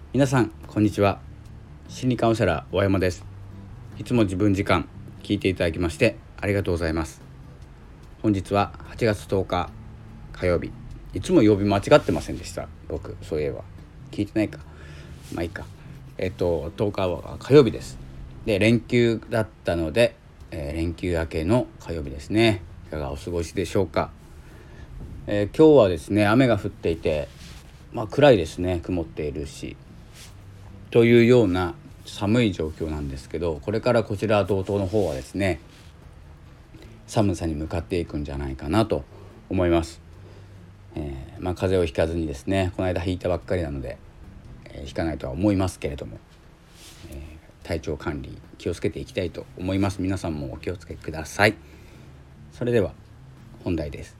皆さんこんにちは。心理カウンセラー大山です。いつも自分時間聞いていただきましてありがとうございます。本日は8月10日火曜日。いつも曜日間違ってませんでした。僕そういえば聞いてないか。まあいいか。10日は火曜日です。で連休だったので、連休明けの火曜日ですね。いかがお過ごしでしょうか。今日はですね雨が降っていて、暗いですね。曇っているしというような寒い状況なんですけど、これからこちら道東の方はですね寒さに向かっていくんじゃないかなと思います。風邪をひかずにですね、この間ひいたばっかりなので、ひかないとは思いますけれども、体調管理気をつけていきたいと思います。皆さんもお気をつけください。それでは本題です。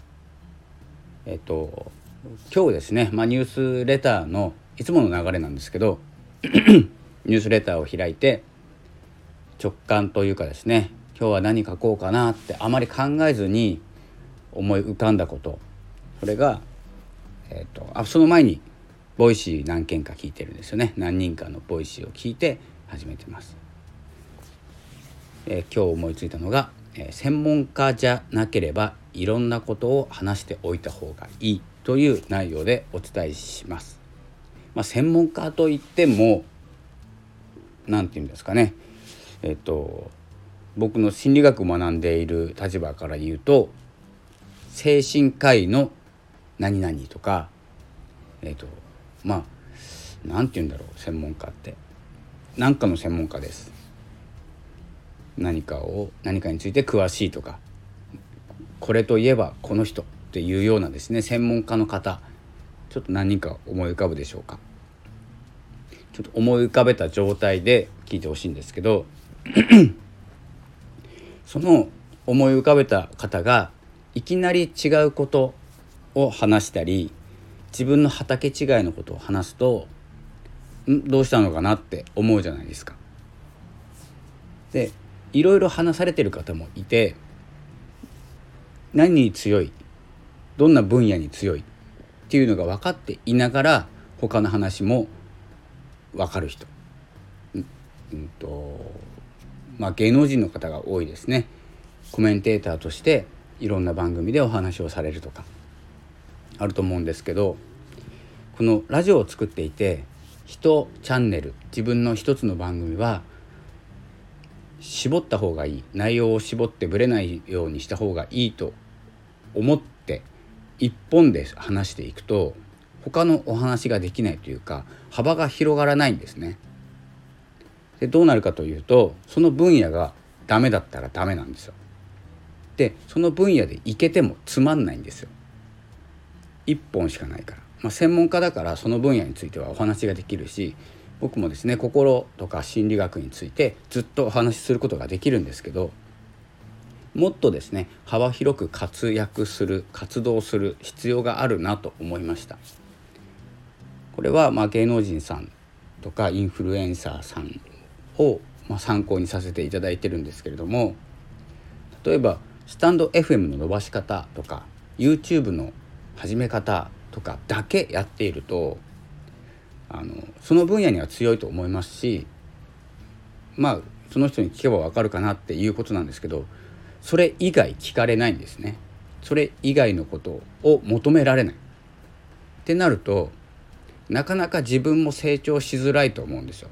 今日ですね、ニュースレターのいつもの流れなんですけどニュースレターを開いて直感というかですね、今日は何書こうかなってあまり考えずに思い浮かんだこと、それが、その前にボイシー何件か聞いてるんですよね。何人かのボイシーを聞いて始めてます。今日思いついたのが、専門家じゃなければいろんなことを話しておいた方がいいという内容でお伝えします。専門家といってもなんていうんですかね、僕の心理学を学んでいる立場から言うと、精神科医の何々とか、なんていうんだろう、専門家って何かの専門家です。何かについて詳しいとか、これといえばこの人っていうようなですね、専門家の方、ちょっと何人か思い浮かぶでしょうか。ちょっと思い浮かべた状態で聞いてほしいんですけどその思い浮かべた方がいきなり違うことを話したり、自分の畑違いのことを話すと、どうしたのかなって思うじゃないですか。でいろいろ話されてる方もいて、何に強い、どんな分野に強いっていうのが分かっていながら他の話も分かる人、芸能人の方が多いですね。コメンテーターとしていろんな番組でお話をされるとかあると思うんですけど、このラジオを作っていて一チャンネル、自分の一つの番組は絞った方がいい、内容を絞ってぶれないようにした方がいいと思って一本で話していくと、他のお話ができないというか幅が広がらないんですね。でどうなるかというと、その分野がダメだったらダメなんですよ。でその分野でいけてもつまんないんですよ。一本しかないから、専門家だからその分野についてはお話ができるし、僕もですね心とか心理学についてずっとお話しすることができるんですけど、もっとですね幅広く活動する必要があるなと思いました。これは芸能人さんとかインフルエンサーさんを参考にさせていただいてるんですけれども、例えばスタンド FM の伸ばし方とか YouTube の始め方とかだけやっていると、その分野には強いと思いますし、その人に聞けば分かるかなっていうことなんですけど、それ以外聞かれないんですね。それ以外のことを求められないってなると、なかなか自分も成長しづらいと思うんですよ。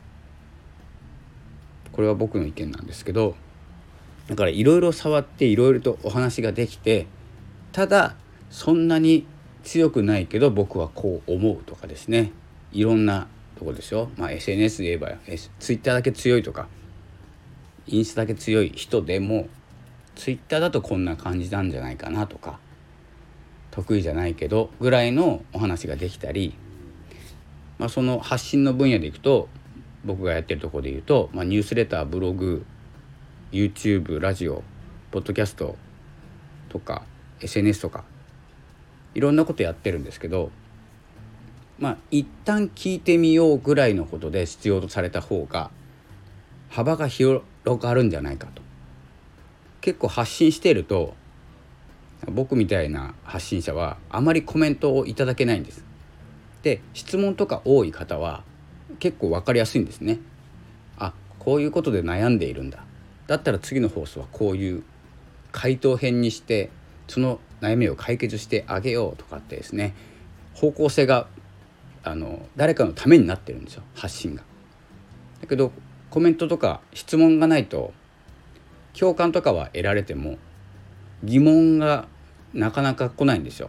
これは僕の意見なんですけど、だからいろいろ触っていろいろとお話ができて、ただそんなに強くないけど僕はこう思うとかですね、いろんなとこですよ。SNS で言えばツイッターだけ強いとかインスタだけ強い人でも、ツイッターだとこんな感じなんじゃないかなとか、得意じゃないけどぐらいのお話ができたり、その発信の分野でいくと、僕がやってるところで言うと、ニュースレター、ブログ、YouTube、ラジオ、ポッドキャストとか SNS とかいろんなことやってるんですけど、一旦聞いてみようぐらいのことで必要とされた方が幅が広がるんじゃないかと。結構発信していると、僕みたいな発信者はあまりコメントをいただけないんです。で質問とか多い方は結構分かりやすいんですね。あ、こういうことで悩んでいるんだ、だったら次の放送はこういう回答編にしてその悩みを解決してあげようとかってですね、方向性が誰かのためになってるんですよ、発信が。だけどコメントとか質問がないと共感とかは得られても疑問がなかなか来ないんですよ。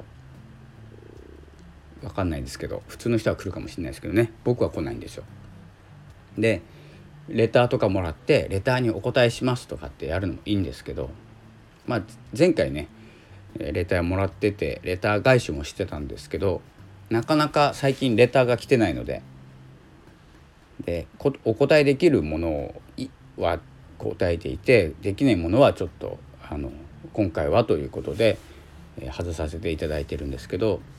わかんないですけど、普通の人は来るかもしれないですけどね、僕は来ないんですよ。でレターとかもらってレターにお答えしますとかってやるのもいいんですけど、前回ねレターもらっててレター返しもしてたんですけど、なかなか最近レターが来てないので、お答えできるものは答えていて、できないものはちょっと今回はということで外させていただいてるんですけど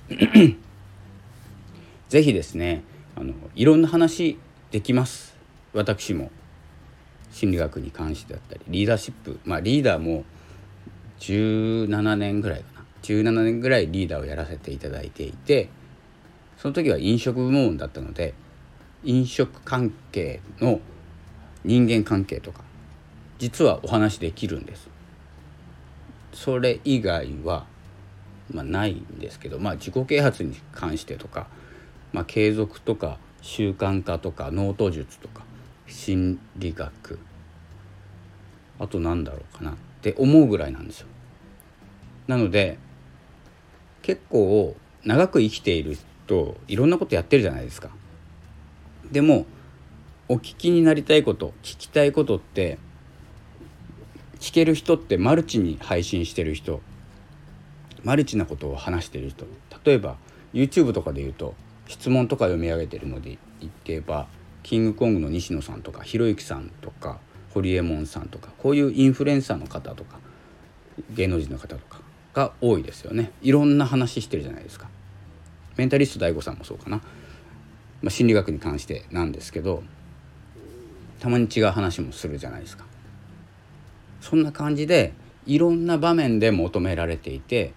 ぜひですねいろんな話できます。私も心理学に関してだったりリーダーシップ、リーダーも17年ぐらいかな、17年ぐらいリーダーをやらせていただいていて、その時は飲食部門だったので飲食関係の人間関係とか実はお話できるんです。それ以外はないんですけど、自己啓発に関してとか、継続とか習慣化とかノート術とか心理学、あとなんだろうかなって思うぐらいなんですよ。なので結構長く生きている人いろんなことやってるじゃないですか。でもお聞きになりたいこと、聞きたいことって聞ける人ってマルチに配信してる人、マルチなことを話してる人、例えば YouTube とかで言うと質問とか読み上げてるので言ってばキングコングの西野さんとかひろゆきさんとかホリエモンさんとか、こういうインフルエンサーの方とか芸能人の方とかが多いですよね。いろんな話してるじゃないですか。メンタリスト DAIGO さんもそうかな、心理学に関してなんですけど、たまに違う話もするじゃないですか。そんな感じでいろんな場面で求められていて、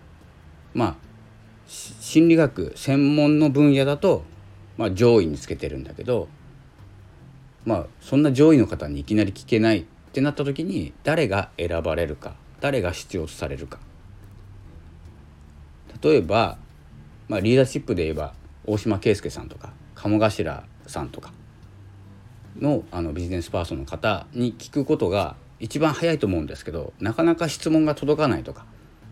心理学専門の分野だと、上位につけてるんだけど、そんな上位の方にいきなり聞けないってなった時に誰が選ばれるか、誰が必要とされるか。例えば、リーダーシップで言えば大島圭介さんとか鴨頭さんとかのビジネスパーソンの方に聞くことが一番早いと思うんですけど、なかなか質問が届かないとか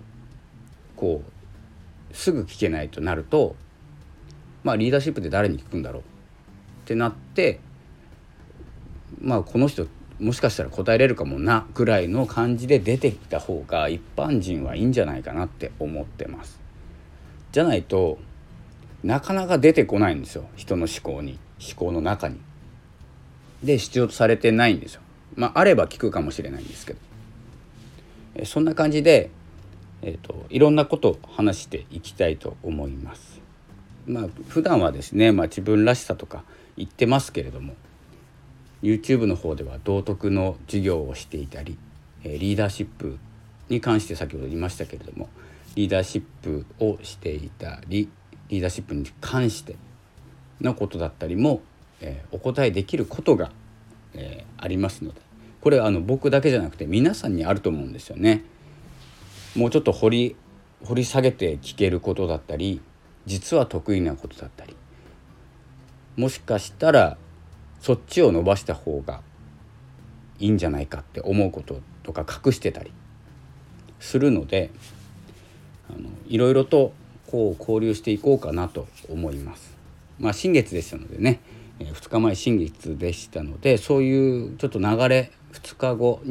すぐ聞けないとなると、リーダーシップで誰に聞くんだろうってなって、この人もしかしたら答えれるかもなぐらいの感じで出てきた方が一般人はいいんじゃないかなって思ってます。じゃないとなかなか出てこないんですよ、人の思考の中に。で必要とされてないんですよ。あれば聞くかもしれないんですけど、そんな感じで、いろんなことを話していきたいと思います。普段はですね、自分らしさとか言ってますけれども、 YouTube の方では道徳の授業をしていたり、リーダーシップに関して先ほど言いましたけれども、リーダーシップをしていたり、リーダーシップに関してのことだったりも、お答えできることが、ありますので、これは僕だけじゃなくて皆さんにあると思うんですよね。もうちょっと掘り下げて聞けることだったり、実は得意なことだったり、もしかしたらそっちを伸ばした方がいいんじゃないかって思うこととか隠してたりするので、いろいろと交流していこうかなと思います。新月でしたのでね、2日前新月でしたので、そういうちょっと流れ、2日後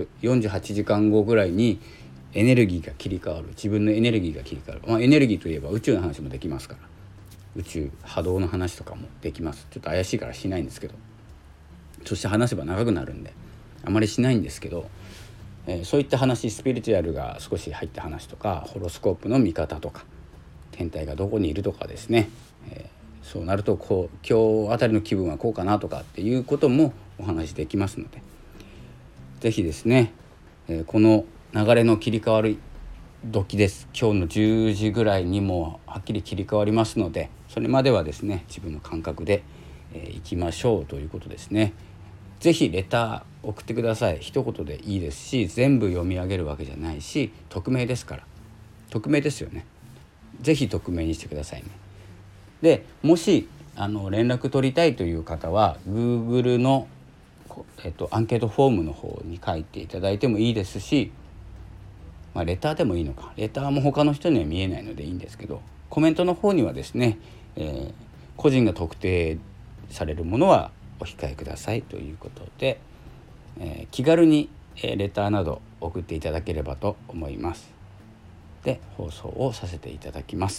48時間後ぐらいにエネルギーが切り替わる、自分のエネルギーが切り替わる、エネルギーといえば宇宙の話もできますから、宇宙波動の話とかもできます。ちょっと怪しいからしないんですけど、そして話せば長くなるんであまりしないんですけど、そういった話、スピリチュアルが少し入った話とか、ホロスコープの見方とか、天体がどこにいるとかですね、そうなると今日あたりの気分はこうかなとかっていうこともお話できますので、ぜひですね、この流れの切り替わる時です。今日の10時ぐらいにもはっきり切り替わりますので、それまではですね自分の感覚でいきましょうということですね。ぜひレター送ってください。一言でいいですし、全部読み上げるわけじゃないし、匿名ですから。匿名ですよね。ぜひ匿名にしてくださいね。でもし連絡取りたいという方は Google の、アンケートフォームの方に書いていただいてもいいですし、レターでもいいのか。レターも他の人には見えないのでいいんですけど、コメントの方にはですね、個人が特定されるものはお控えくださいということで、気軽にレターなど送っていただければと思います。で放送をさせていただきます。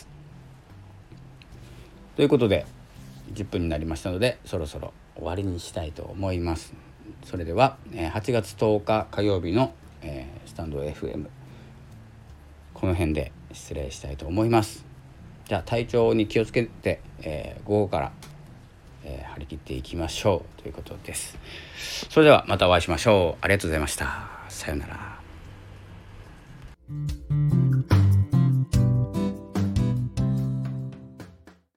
ということで10分になりましたので、そろそろ終わりにしたいと思います。それでは8月10日火曜日のスタンド FM、 この辺で失礼したいと思います。じゃあ体調に気をつけて、午後から張り切っていきましょうということです。それではまたお会いしましょう。ありがとうございました。さようなら。